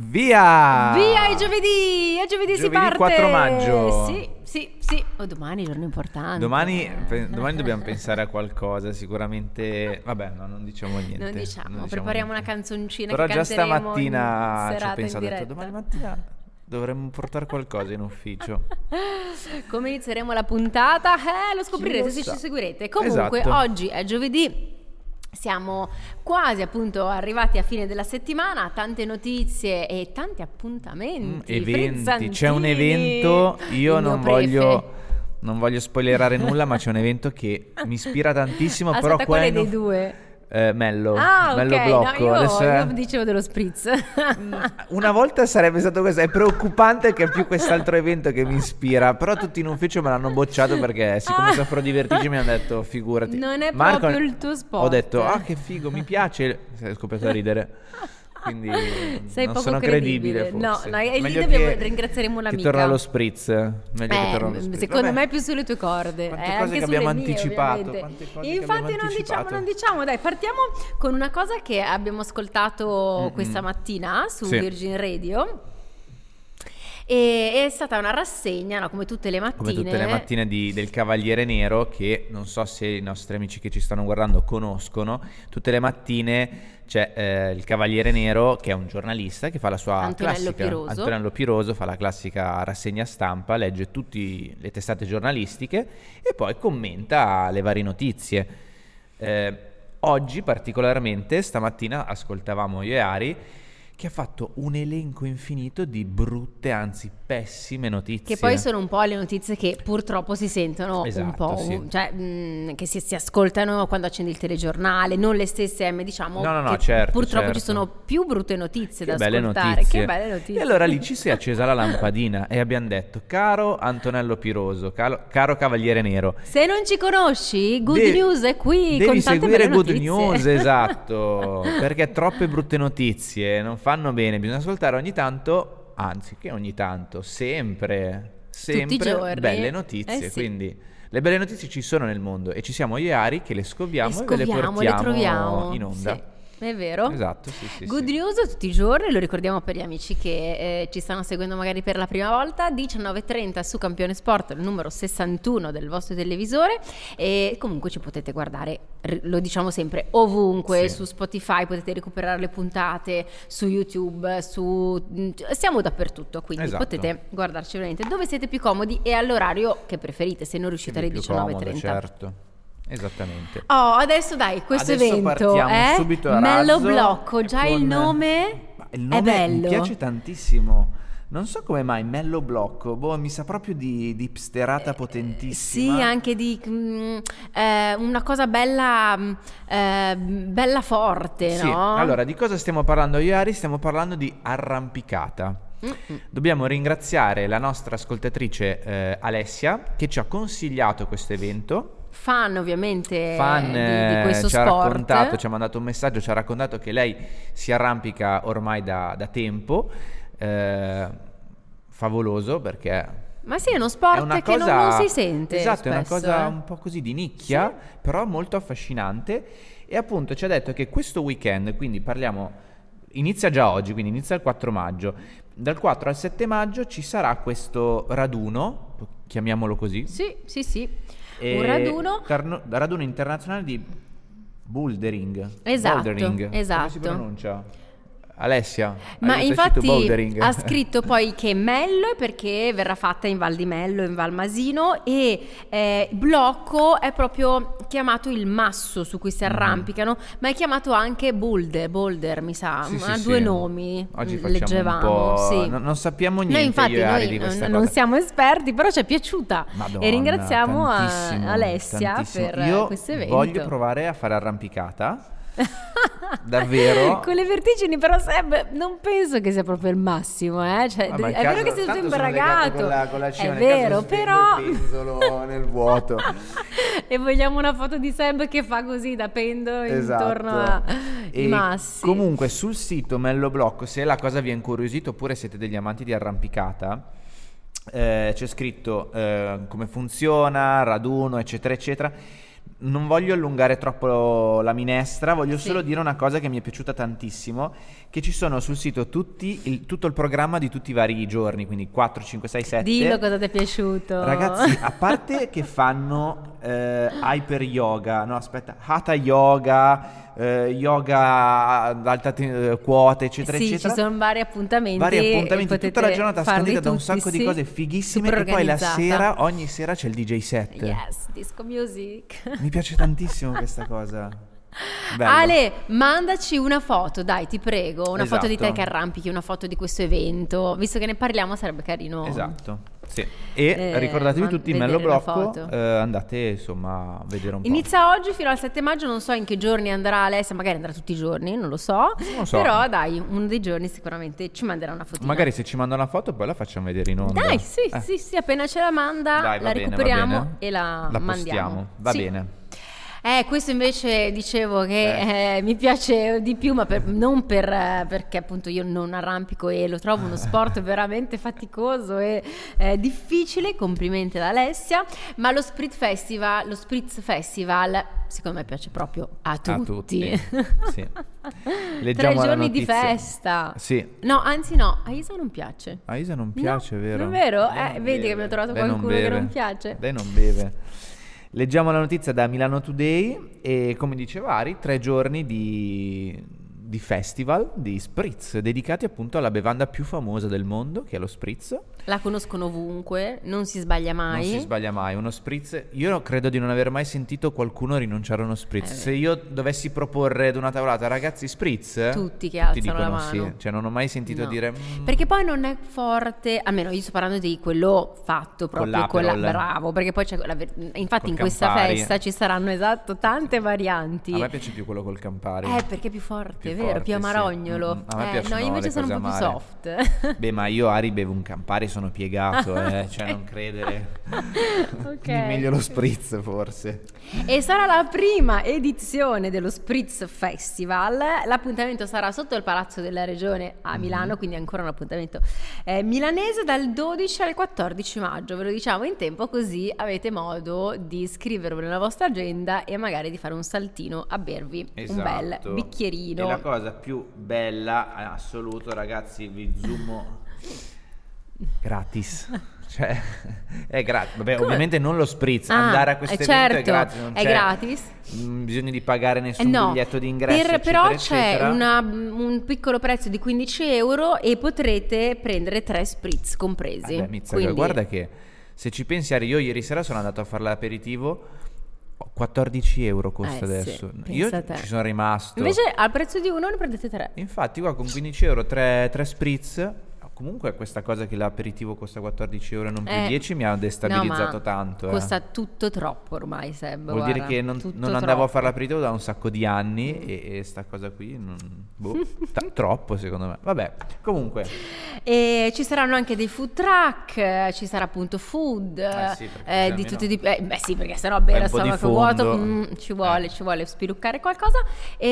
Via! Via, è giovedì si parte! 4 maggio. Sì. Domani è un giorno importante. Domani dobbiamo pensare a qualcosa, sicuramente. Vabbè, no, non diciamo niente. Non diciamo, prepariamo una canzoncina però che già canteremo stamattina in ci ho serata, pensato, in ho detto, diretta. domani mattina dovremmo portare qualcosa in ufficio. Come inizieremo la puntata? Lo scoprirete se sa. ci seguirete. Comunque, Esatto. oggi è giovedì. Siamo quasi appunto arrivati a fine della settimana, tante notizie e tanti appuntamenti, Eventi, frizzantini. c'è un evento, io Il mio non voglio spoilerare nulla, ma c'è un evento che mi ispira tantissimo. Aspetta, però quale qua dei due? Mello Ok, Blocco. no, Adesso io dicevo dello spritz. una volta sarebbe stato questo. È preoccupante che è più quest'altro evento che mi ispira. Però tutti in ufficio me l'hanno bocciato perché siccome soffro di vertigini mi hanno detto figurati. Non è Marco, proprio il tuo sport. ho detto che figo, mi piace. Sei scoppiato a ridere. Quindi Sei non poco sono credibile No, forse. e lì Meglio ringrazzieremo l'amica. che torna allo spritz. Meglio che torna allo spritz. Secondo Vabbè. me è più sulle tue corde. Quante cose Anche che sulle abbiamo mie, anticipato, ovviamente. quante cose che Infatti abbiamo anticipato. non diciamo, dai, partiamo con una cosa che abbiamo ascoltato questa mattina su Sì. Virgin Radio. E è stata una rassegna, no, come tutte le mattine. Come tutte le mattine del Cavaliere Nero, che non so se i nostri amici che ci stanno guardando conoscono. Tutte le mattine c'è il Cavaliere Nero, che è un giornalista che fa la sua Antonello Piroso fa la classica rassegna stampa, legge tutte le testate giornalistiche e poi commenta le varie notizie. Oggi particolarmente, stamattina ascoltavamo io e Ari, che ha fatto un elenco infinito di brutte, anzi pessime notizie. Che poi sono un po' le notizie che purtroppo si sentono Esatto, un po', sì. cioè che si ascoltano quando accendi il telegiornale, non le stesse, diciamo. No, che certo, purtroppo certo. ci sono più brutte notizie Che da belle ascoltare. notizie. Che belle notizie. E allora lì ci si è accesa la lampadina e abbiamo detto: caro Antonello Piroso, caro Cavaliere Nero, Se non ci conosci, Good News è qui devi con tante seguire belle Good notizie. News, esatto, perché troppe brutte notizie non fanno bene, bisogna ascoltare ogni tanto, anzi che ogni tanto, sempre Tutti i giorni. belle notizie, Sì. quindi le belle notizie ci sono nel mondo e ci siamo io e Ari che le scoviamo e ve le le portiamo troviamo in onda. Sì. È vero? Esatto, sì. Good News tutti i giorni, lo ricordiamo per gli amici che ci stanno seguendo magari per la prima volta, 19:30 su Campione Sport, il numero 61 del vostro televisore, e comunque ci potete guardare, lo diciamo sempre, ovunque, Sì. su Spotify potete recuperare le puntate, su YouTube, siamo dappertutto, quindi Esatto. potete guardarci veramente dove siete più comodi e all'orario che preferite, se non riuscite alle Più 19:30. comodo, certo. Esattamente. Adesso dai, questo Adesso evento partiamo subito a Mello razzo Blocco, già con- il nome è bello. Mi piace tantissimo. Non so come mai Mello Blocco, mi sa proprio di hipsterata potentissima. Sì, anche di una cosa bella forte, Sì. no? Allora, di cosa stiamo parlando io e Ari? Stiamo parlando di arrampicata. Dobbiamo ringraziare la nostra ascoltatrice Alessia che ci ha consigliato questo evento. Fan ovviamente di questo ci ha sport. raccontato, ci ha mandato un messaggio, ci ha raccontato che lei si arrampica ormai da tempo. Favoloso, perché Ma sì, è uno sport che non si sente. esatto, è una spesso, cosa un po' così di nicchia, però molto affascinante. E appunto ci ha detto che questo weekend, quindi inizia già oggi, quindi inizia il 4 maggio, dal 4 al 7 maggio ci sarà questo raduno, chiamiamolo così. Sì. Un raduno. Raduno internazionale di bouldering. Esatto. Come si pronuncia? Alessia? Ma aiutaci tu, infatti bouldering. ha scritto poi che Mello è perché verrà fatta in Val di Mello, in Val Masino, e Blocco è proprio chiamato il masso su cui si arrampicano, ma è chiamato anche boulder, mi sa, ha due nomi. Oggi facciamo leggevamo, un po'. sì. Non sappiamo niente. Noi infatti io e Ari di questa non cosa. siamo esperti, però ci è piaciuta. Madonna, e ringraziamo tantissimo, Alessia tantissimo. per Io questo evento. voglio provare a fare arrampicata. Davvero? Con le vertigini, però Seb non penso che sia proprio il massimo, cioè, Ma in è vero caso- che sei tutto tanto sono legato imbragato, con la cima, è nel caso vero, spengo però il penzolo nel vuoto. e vogliamo una foto di Seb che fa così da pendo intorno ai E massi. comunque sul sito Mello Blocco, se la cosa vi è incuriosito oppure siete degli amanti di arrampicata, c'è scritto come funziona, raduno, eccetera eccetera. non voglio allungare troppo la minestra, voglio solo dire una cosa che mi è piaciuta tantissimo, che ci sono sul sito tutto il programma di tutti i vari giorni, quindi 4, 5, 6, 7. Dillo cosa ti è piaciuto. Ragazzi, a parte che fanno hyper yoga, no aspetta, hatha yoga, yoga ad alta quota, eccetera, sì, eccetera. Ci sono vari appuntamenti tutta la giornata scandita da un tutti, sacco di cose fighissime, e poi la sera, ogni sera c'è il DJ set. Yes, disco music. Mi piace tantissimo questa cosa. Bello. Ale, mandaci una foto, dai, ti prego, una foto di te Esatto. che arrampichi, una foto di questo evento, visto che ne parliamo sarebbe carino. Esatto, sì. E ricordatevi tutti, vedere Mello la Blocco, foto. andate insomma a vedere un po'. Inizia oggi fino al 7 maggio, non so in che giorni andrà Alessia, magari andrà tutti i giorni, non lo so. Però dai, uno dei giorni sicuramente ci manderà una fotina. Magari se ci manda una foto poi la facciamo vedere in onda. Dai, sì, appena ce la manda, Dai, la va bene, recuperiamo va bene. e la mandiamo. postiamo, va Sì. bene. Questo invece dicevo che mi piace di più, ma non perché appunto io non arrampico e lo trovo uno sport veramente faticoso e difficile, complimenti ad Alessia, ma lo Spritz Festival secondo me piace proprio a tutti. Sì. 3 Leggiamo la giorni di notizia. festa. Sì. No, anzi no, a Isa non piace. A Isa non piace, No, vero? non è vero? Lei non Vedi che beve. abbiamo trovato Lei qualcuno che non piace. Lei non beve. Leggiamo la notizia da Milano Today e come diceva Ari, 3 giorni di festival di spritz dedicati appunto alla bevanda più famosa del mondo, che è lo spritz. La conoscono ovunque, non si sbaglia mai. Non si sbaglia mai, uno spritz. Io credo di non aver mai sentito qualcuno rinunciare a uno spritz. Se io dovessi proporre ad una tavolata, ragazzi, spritz, tutti che alzano dicono la mano. sì. Cioè non ho mai sentito No. dire Perché poi non è forte, almeno io sto parlando di quello fatto proprio con la l'Aperol. bravo, perché poi c'è infatti Col in questa Campari. festa ci saranno tante varianti. a me piace più quello col Campari. Perché è più forte, Più è vero, forte, più sì. amarognolo. A me piacciono no, io invece le sono un cose po' più amare. soft. Beh, ma io Ari bevo un Campari, sono piegato, cioè non credere. Ok. Quindi meglio lo spritz forse. E sarà la prima edizione dello Spritz Festival. L'appuntamento sarà sotto il Palazzo della Regione a Milano, quindi ancora un appuntamento milanese dal 12 al 14 maggio. Ve lo diciamo in tempo, così avete modo di scriverlo nella vostra agenda e magari di fare un saltino a bervi un bel Esatto. bicchierino. E la cosa più bella in assoluto, ragazzi, vi zoomo gratis. Cioè, è gratis. Vabbè, Come? ovviamente non lo spritz. Andare a questo evento è certo, gratis. Non è c'è gratis. bisogno di pagare nessun No, biglietto di ingresso. però eccetera, c'è eccetera. un piccolo prezzo di 15 euro e potrete prendere 3 spritz compresi. Vabbè, Mizzaga, Quindi- guarda che se ci pensi, Ari, io ieri sera sono andato a fare l'aperitivo, 14 euro costa sì, adesso. pensa Io a te. ci sono rimasto. Invece al prezzo di uno ne prendete 3. Infatti qua con 15 euro 3 spritz. Comunque questa cosa che l'aperitivo costa 14 euro e non più 10 mi ha destabilizzato no, ma tanto. Costa tutto troppo ormai, Seb. Vuol dire guarda, che non tutto andavo troppo. a fare l'aperitivo da un sacco di anni e sta cosa qui troppo secondo me. Vabbè, comunque. E ci saranno anche dei food truck, ci sarà appunto food, sì, perché di almeno- tutti beh sì, perché sennò bere a un po' di stomaco vuoto fondo. ci vuole spiluccare qualcosa.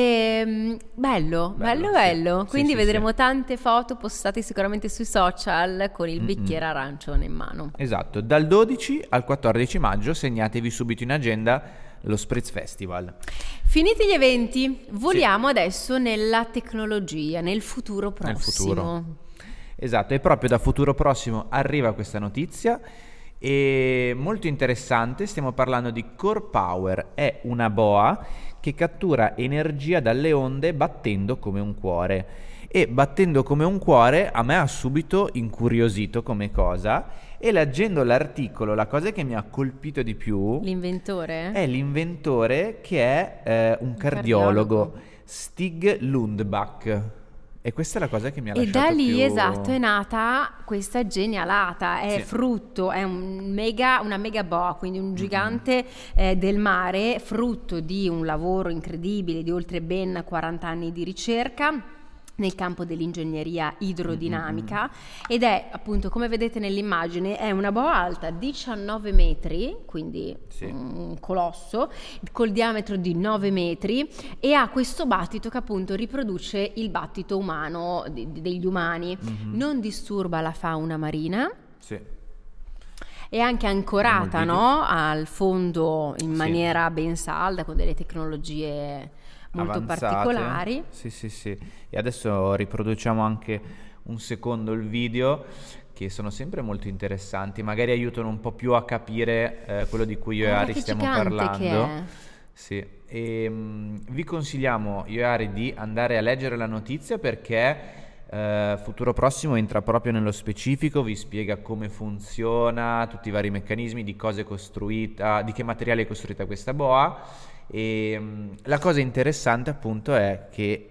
Bello. Bello, sì. Quindi Sì, vedremo sì. tante foto postate sicuramente sui social con il bicchiere arancione in mano. Esatto, dal 12 al 14 maggio segnatevi subito in agenda lo Spritz Festival. Finiti gli eventi, voliamo adesso nella tecnologia, nel futuro prossimo. Nel futuro. Esatto, e proprio da futuro prossimo arriva questa notizia e molto interessante, stiamo parlando di Core Power, è una boa che cattura energia dalle onde battendo come un cuore. E battendo come un cuore a me ha subito incuriosito come cosa, e leggendo l'articolo la cosa che mi ha colpito di più L'inventore? è l'inventore che è un cardiologo, Stig Lundbach. E questa è la cosa che mi ha E lasciato da lì, più... esatto, è nata questa genialata, è Sì. frutto, è una mega boa, quindi un gigante del mare, frutto di un lavoro incredibile di oltre ben 40 anni di ricerca nel campo dell'ingegneria idrodinamica ed è appunto, come vedete nell'immagine, è una boa alta 19 metri, quindi Sì. un colosso, col diametro di 9 metri e ha questo battito che appunto riproduce il battito umano degli umani, non disturba la fauna marina. Sì. è anche ancorata, video. no? Al fondo in Sì. maniera ben salda, con delle tecnologie molto Avanzate. particolari. Sì, sì, sì. E adesso riproduciamo anche un secondo il video, che sono sempre molto interessanti, magari aiutano un po' più a capire quello di cui io e Guarda Ari che stiamo gigante parlando. che è. Sì. E, vi consigliamo, io e Ari, di andare a leggere la notizia, perché futuro prossimo entra proprio nello specifico, vi spiega come funziona, tutti i vari meccanismi, di cosa è costruita, di che materiale è costruita questa boa. E la cosa interessante appunto è che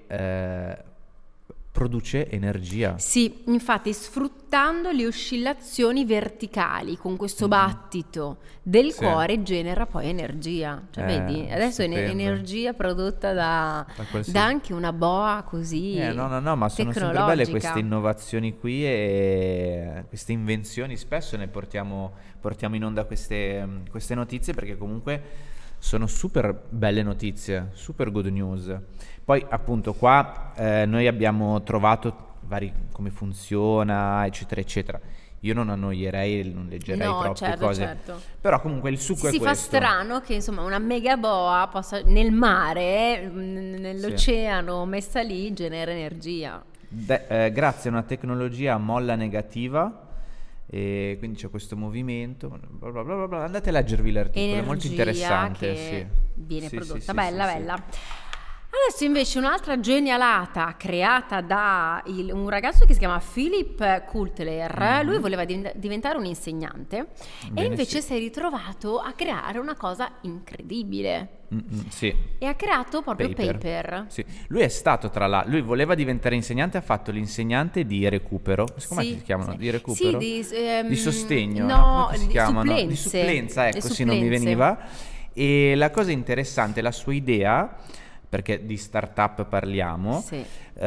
produce energia. Sì, infatti sfruttando le oscillazioni verticali con questo battito del Sì. cuore genera poi energia. Cioè, vedi, adesso è stupendo. energia prodotta da anche una boa così No, ma sono sempre tecnologica. belle queste innovazioni qui e queste invenzioni. Spesso ne portiamo in onda queste notizie, perché comunque sono super belle notizie, super good news. Poi appunto qua noi abbiamo trovato vari come funziona, eccetera eccetera. Io non annoierei, non leggerei troppe cose. Certo. Però comunque il succo è Si questo. fa strano che insomma una mega boa possa nel mare, nell'oceano, messa lì, genera energia. Grazie a una tecnologia a molla negativa, e quindi c'è questo movimento, bla bla bla bla. Andate a leggervi l'articolo, Energia è molto interessante, che viene Sì, prodotta, sì, bella, sì, bella. Adesso invece un'altra genialata creata da un ragazzo che si chiama Philip Coulter. Lui voleva diventare un insegnante e invece si è ritrovato a creare una cosa incredibile. Sì. E ha creato proprio Paper. Sì. Lui è stato lui voleva diventare insegnante, ha fatto l'insegnante di recupero. Come si chiamano? Di recupero? Sì, di sostegno, no, come si chiamano? supplenze. Di supplenza, ecco, Le sì, non mi supplenze. veniva. E la cosa interessante, la sua idea, perché di startup parliamo, Sì.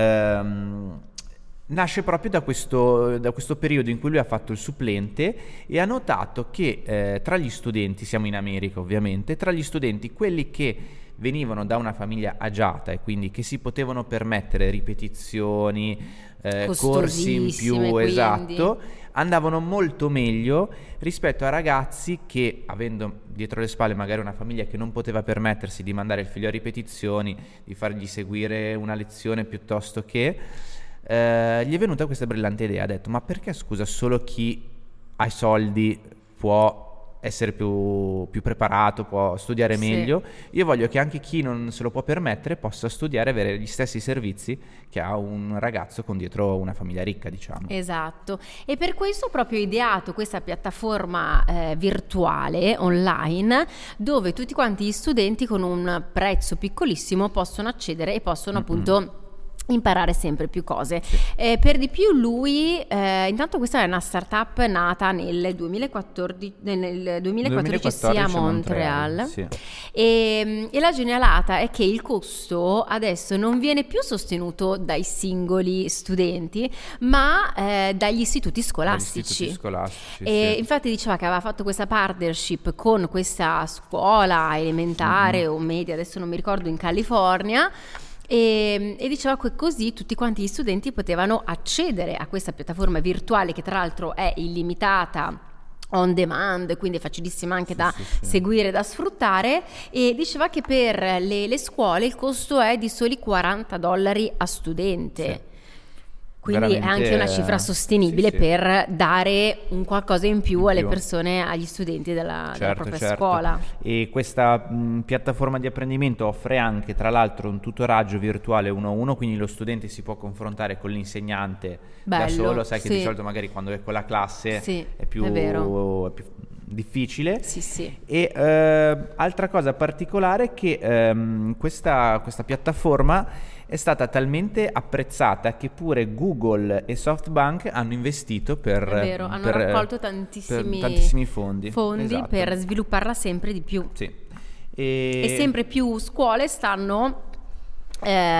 nasce proprio da questo periodo in cui lui ha fatto il supplente e ha notato che tra gli studenti, siamo in America ovviamente, tra gli studenti, quelli che venivano da una famiglia agiata e quindi che si potevano permettere ripetizioni, corsi in più, quindi. esatto, andavano molto meglio rispetto a ragazzi che, avendo dietro le spalle magari una famiglia che non poteva permettersi di mandare il figlio a ripetizioni, di fargli seguire una lezione piuttosto che, gli è venuta questa brillante idea. Ha detto: ma perché, scusa, solo chi ha i soldi può essere più preparato, può studiare meglio? Io voglio che anche chi non se lo può permettere possa studiare e avere gli stessi servizi che ha un ragazzo con dietro una famiglia ricca, diciamo. Esatto, e per questo ho proprio ideato questa piattaforma virtuale online, dove tutti quanti gli studenti con un prezzo piccolissimo possono accedere e possono appunto imparare sempre più cose. Per di più lui, intanto questa è una startup nata nel 2014 sia a Montreal. Sì. E la genialata è che il costo adesso non viene più sostenuto dai singoli studenti, ma dagli istituti scolastici. E infatti diceva che aveva fatto questa partnership con questa scuola elementare o media, adesso non mi ricordo, in California. E diceva che così tutti quanti gli studenti potevano accedere a questa piattaforma virtuale, che tra l'altro è illimitata, on demand, quindi è facilissima anche da seguire, da sfruttare. E diceva che per le scuole il costo è di soli $40 a studente. Quindi veramente è anche una cifra sostenibile per dare un qualcosa in più alle persone, agli studenti della propria scuola. E questa piattaforma di apprendimento offre anche, tra l'altro, un tutoraggio virtuale 1-1, quindi lo studente si può confrontare con l'insegnante da solo. Sai che di solito magari quando è con la classe è più difficile. E altra cosa particolare è che questa piattaforma è stata talmente apprezzata che pure Google e SoftBank hanno investito hanno raccolto tantissimi fondi per svilupparla sempre di più. Sì. E sempre più scuole stanno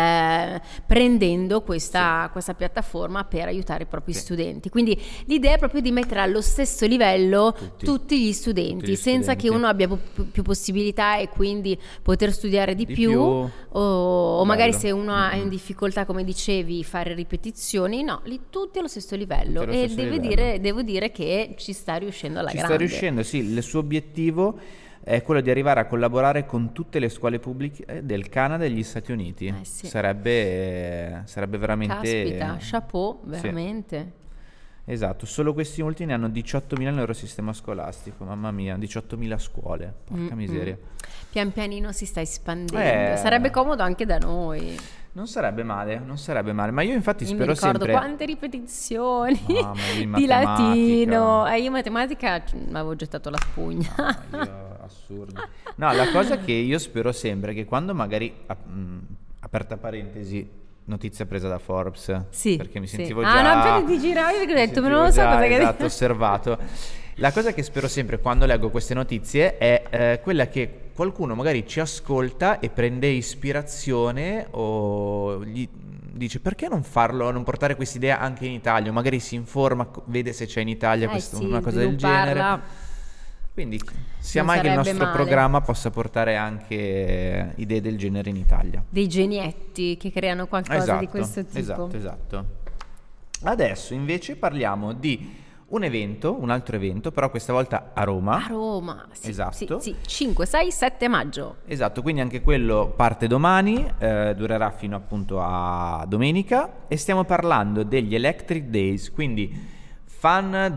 prendendo questa piattaforma per aiutare i propri studenti. Quindi l'idea è proprio di mettere allo stesso livello tutti gli studenti, senza che uno abbia più possibilità e quindi poter studiare di più. O magari se uno ha in difficoltà, come dicevi, fare ripetizioni, no, lì tutti allo stesso livello. E devo dire che ci sta riuscendo alla grande. Sta riuscendo, sì. Il suo obiettivo è quello di arrivare a collaborare con tutte le scuole pubbliche del Canada e degli Stati Uniti. Sì. Sarebbe veramente... Caspita, chapeau, veramente. Sì. Esatto, solo questi ultimi hanno 18.000 nel loro sistema scolastico, mamma mia, 18.000 scuole, porca miseria. Pian pianino si sta espandendo, sarebbe comodo anche da noi. Non sarebbe male, ma io infatti spero mi ricordo sempre... quante ripetizioni di di latino. Io in matematica avevo gettato la spugna. Assurdo. No, la cosa che io spero sempre è che quando magari, aperta parentesi, notizia presa da Forbes, perché mi sentivo già... no, appena ti giravi perché ho detto, non lo so cosa che... Esatto, osservato. La cosa che spero sempre quando leggo queste notizie è quella che qualcuno magari ci ascolta e prende ispirazione o gli dice perché non farlo, non portare questa idea anche in Italia, o magari si informa, vede se c'è in Italia una cosa del genere. Quindi sia mai che il nostro programma possa portare anche idee del genere in Italia. Dei genietti che creano qualcosa di questo tipo. Esatto. Adesso invece parliamo di un altro evento, però questa volta a Roma. A Roma, sì. Esatto. Sì, 5, 6, 7 maggio. Esatto, quindi anche quello parte domani, durerà fino appunto a domenica, e stiamo parlando degli Electric Days, quindi fan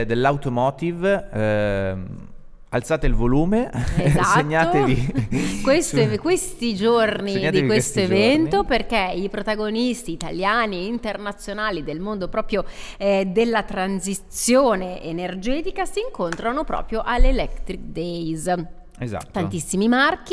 dell'automotive, alzate il volume, segnatevi questi giorni di questo evento, perché i protagonisti italiani e internazionali del mondo proprio della transizione energetica si incontrano proprio all'Electric Days. Esatto. Tantissimi marchi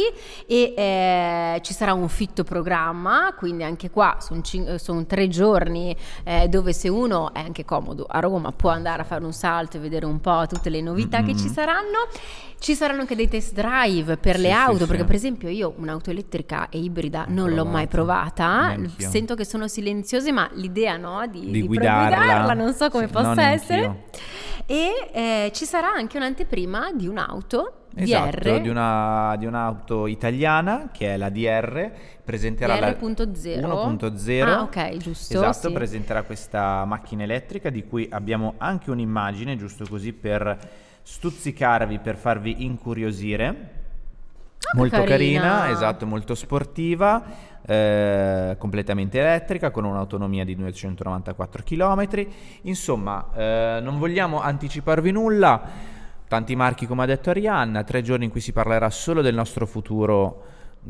e ci sarà un fitto programma, quindi anche qua sono 3 giorni dove, se uno è anche comodo a Roma, può andare a fare un salto e vedere un po' tutte le novità che ci saranno. Ci saranno anche dei test drive per le auto, perché per esempio io un'auto elettrica e ibrida non l'ho mai provata. Neanch'io. Sento che sono silenziose, ma l'idea di guidarla non so come possa essere. E ci sarà anche un'anteprima di un'auto DR, di un'auto italiana che è la DR, presenterà la 1.0. Ah, ok, giusto. Esatto, presenterà questa macchina elettrica di cui abbiamo anche un'immagine, giusto così per stuzzicarvi, per farvi incuriosire. Molto carina, esatto, molto sportiva, completamente elettrica, con un'autonomia di 294 km. Insomma, non vogliamo anticiparvi nulla. Tanti marchi, come ha detto Arianna, 3 giorni in cui si parlerà solo del nostro futuro,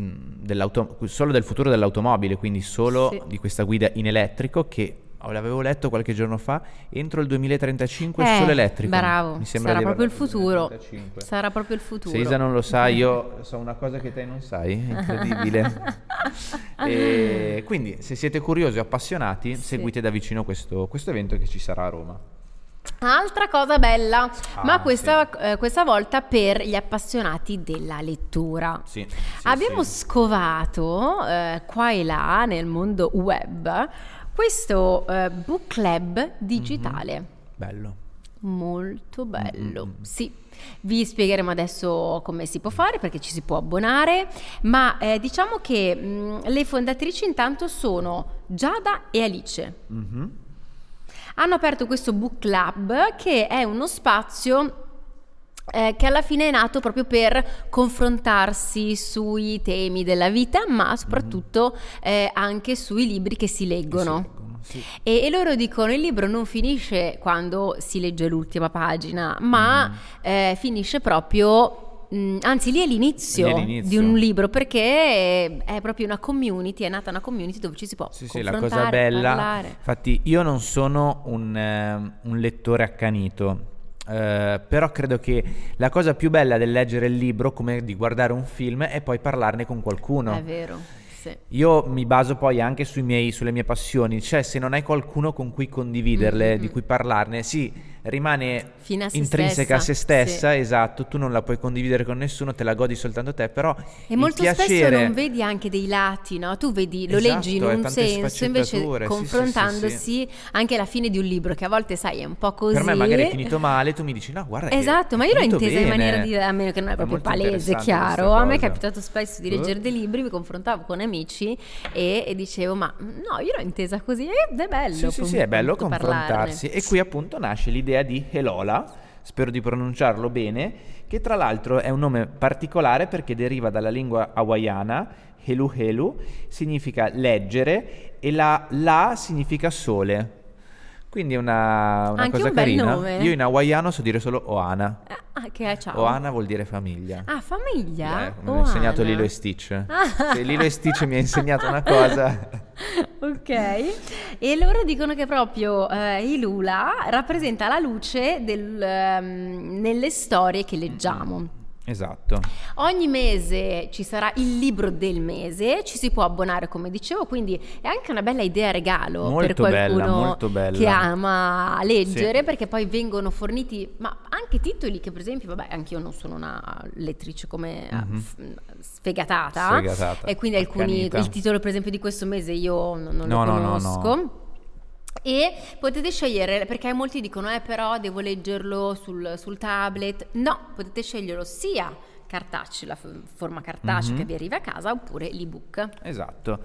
solo del futuro dell'automobile, quindi solo di questa guida in elettrico che, l'avevo letto qualche giorno fa, entro il 2035 solo elettrico. Bravo, mi sembra sarà proprio il futuro. Sarà proprio il futuro. Se Isa non lo sa, io so una cosa che te non sai, incredibile. E quindi, se siete curiosi o appassionati, seguite da vicino questo evento che ci sarà a Roma. Altra cosa bella, ma questa volta per gli appassionati della lettura. Abbiamo scovato qua e là nel mondo web questo book club digitale. Bello. Molto bello. Sì. Vi spiegheremo adesso come si può fare, perché ci si può abbonare, ma diciamo che le fondatrici intanto sono Giada e Alice. Hanno aperto questo book club, che è uno spazio che alla fine è nato proprio per confrontarsi sui temi della vita, ma soprattutto anche sui libri che si leggono. E loro dicono: il libro non finisce quando si legge l'ultima pagina, ma finisce proprio... anzi, lì è l'inizio di un libro, perché è proprio una community, è nata una community dove ci si può confrontare, la cosa bella, parlare. Infatti io non sono un lettore accanito, però credo che la cosa più bella del leggere il libro, come di guardare un film, è poi parlarne con qualcuno. È vero. Sì. Io mi baso poi anche sulle mie passioni, cioè se non hai qualcuno con cui condividerle, di cui parlarne, rimane Fine a se intrinseca a se stessa, stessa, sì. esatto, tu non la puoi condividere con nessuno, te la godi soltanto te, però E il molto spesso piacere... non vedi anche dei lati, no? Tu vedi, lo Esatto, leggi in è un tante senso, invece sfaccettature, sì, sì, confrontandosi sì. anche la fine di un libro, che a volte sai è un po' così. Per me magari è finito male, tu mi dici no, guarda che Esatto, è ma io l'ho finito intesa in bene. maniera a meno che non è proprio molto palese, interessante chiaro. questa A me è cosa. capitato spesso di leggere dei libri, mi confrontavo con amici e dicevo, ma no, io l'ho intesa così ed è bello. Sì, è bello appunto confrontarsi. parlarne. E qui appunto nasce l'idea di Helola, spero di pronunciarlo bene, che tra l'altro è un nome particolare perché deriva dalla lingua hawaiana, Helu Helu, significa leggere e la significa sole. Quindi è una Anche cosa un bel carina. nome. Io in hawaiano so dire solo Ohana. Che è ciao. Ohana vuol dire famiglia. Ah, famiglia? Mi ha insegnato Ohana. Lilo e Stitch. Se Lilo e Stitch mi ha insegnato una cosa... Ok, e loro dicono che proprio Hilula rappresenta la luce nelle storie che leggiamo. Esatto. Ogni mese ci sarà il libro del mese, ci si può abbonare come dicevo, quindi è anche una bella idea regalo Molto per qualcuno bella, molto bella. che ama leggere, Sì. perché poi vengono forniti, ma anche titoli che per esempio, vabbè, anch'io non sono una lettrice come sfegatata, e quindi alcuni, accanita. il titolo per esempio di questo mese io non lo No, conosco. E potete scegliere, perché molti dicono però devo leggerlo sul tablet. No, potete sceglierlo sia cartaceo, la forma cartacea che vi arriva a casa, oppure l'ebook. Esatto.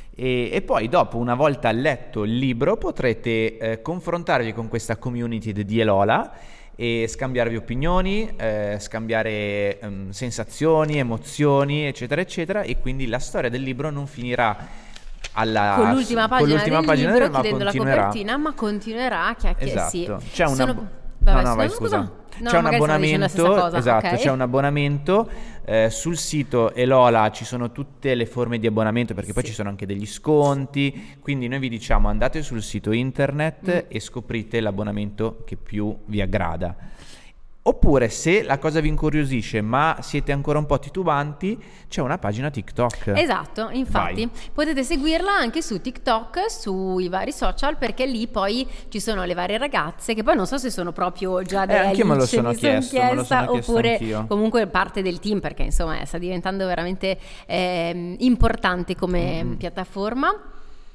E poi dopo, una volta letto il libro, potrete confrontarvi con questa community di Elola e scambiarvi opinioni, scambiare sensazioni, emozioni, eccetera, eccetera, e quindi la storia del libro non finirà Con l'ultima pagina del libro, ma chiudendo la copertina, ma continuerà a chiacchierare. Esatto. Sì. C'è una... Vabbè, no, vai, scusa. scusa. No, C'è un magari stavo dicendo la stessa abbonamento, cosa, esatto, ok. c'è un abbonamento. Sul sito Elola ci sono tutte le forme di abbonamento, perché poi Sì. ci sono anche degli sconti, quindi noi vi diciamo andate sul sito internet e scoprite l'abbonamento che più vi aggrada. Oppure, se la cosa vi incuriosisce ma siete ancora un po' titubanti, c'è una pagina TikTok. Esatto, infatti Vai. potete seguirla anche su TikTok, sui vari social, perché lì poi ci sono le varie ragazze che poi non so se sono proprio già delle anch'io me lo Alice, sono mi son chiesto, me lo sono chiesta, chiesto oppure anch'io. comunque parte del team, perché insomma sta diventando veramente importante come piattaforma.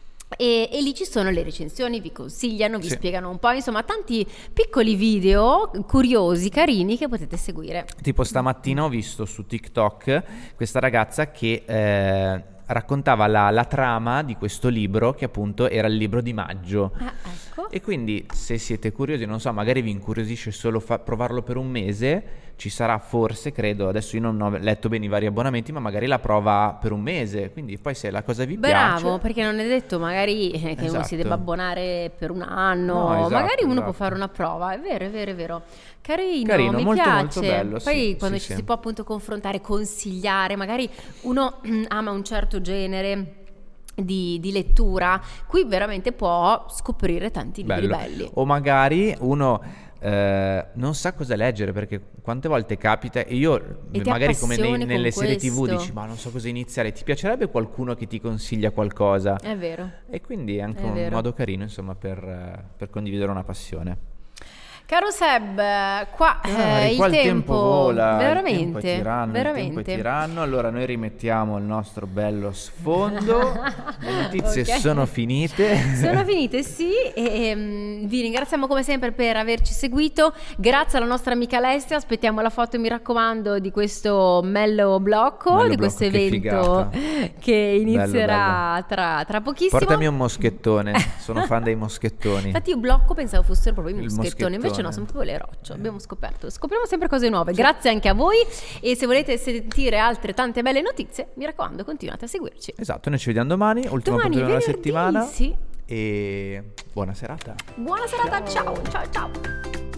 E lì ci sono le recensioni, vi consigliano, vi Sì. spiegano un po', insomma tanti piccoli video curiosi, carini, che potete seguire. Tipo stamattina ho visto su TikTok questa ragazza che raccontava la trama di questo libro, che appunto era il libro di maggio. Ecco. E quindi, se siete curiosi, non so, magari vi incuriosisce solo provarlo per un mese, ci sarà forse, credo, adesso io non ho letto bene i vari abbonamenti, ma magari la prova per un mese, quindi poi se la cosa vi Bravo, piace... perché non è detto magari che uno Esatto. si debba abbonare per un anno, No, esatto, magari uno può esatto. fare una prova, è vero, è vero, è vero. Carino, Carino, mi molto, piace. molto bello, sì, Poi quando sì, ci sì. si può appunto confrontare, consigliare, magari uno ama un certo genere di lettura, qui veramente può scoprire tanti libri Bello. belli. O magari uno non sa cosa leggere, perché quante volte capita, e io E ti magari come appassioni nelle con serie TV questo. dici ma non so cosa iniziare, ti piacerebbe qualcuno che ti consiglia qualcosa, È vero. e quindi è anche È un vero. modo carino, insomma, per condividere una passione. Caro Seb, qua il Qua tempo vola, veramente, il tempo è tiranno, veramente. il tempo è tiranno. Allora noi rimettiamo il nostro bello sfondo, le notizie Ok. sono finite. Sono finite, sì, e vi ringraziamo come sempre per averci seguito. Grazie alla nostra amica Alessia, aspettiamo la foto, mi raccomando, di questo Mello Blocco, Mello di questo Blocco, che evento figata. che inizierà Bello. Tra pochissimo. Portami un moschettone, sono fan dei moschettoni. Infatti io Blocco pensavo fossero proprio i Il moschettoni, invece no, moschettone. sono proprio le rocce, abbiamo scoperto. Scopriamo sempre cose nuove, grazie anche a voi, e se volete sentire altre tante belle notizie, mi raccomando, continuate a seguirci. Esatto, noi ci vediamo domani, ultima Domani, puntata della venerdì, settimana. sì. E buona serata. Buona serata, ciao ciao ciao.